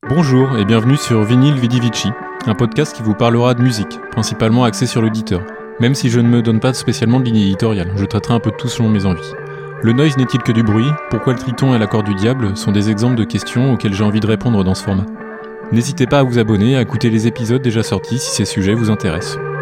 Bonjour et bienvenue sur Vinyl Vidi Vici, un podcast qui vous parlera de musique, principalement axé sur l'auditeur. Même si je ne me donne pas spécialement de ligne éditoriale, je traiterai un peu de tout selon mes envies. Le noise n'est-il que du bruit ? Pourquoi le triton et l'accord du diable sont des exemples de questions auxquelles j'ai envie de répondre dans ce format. N'hésitez pas à vous abonner et à écouter les épisodes déjà sortis si ces sujets vous intéressent.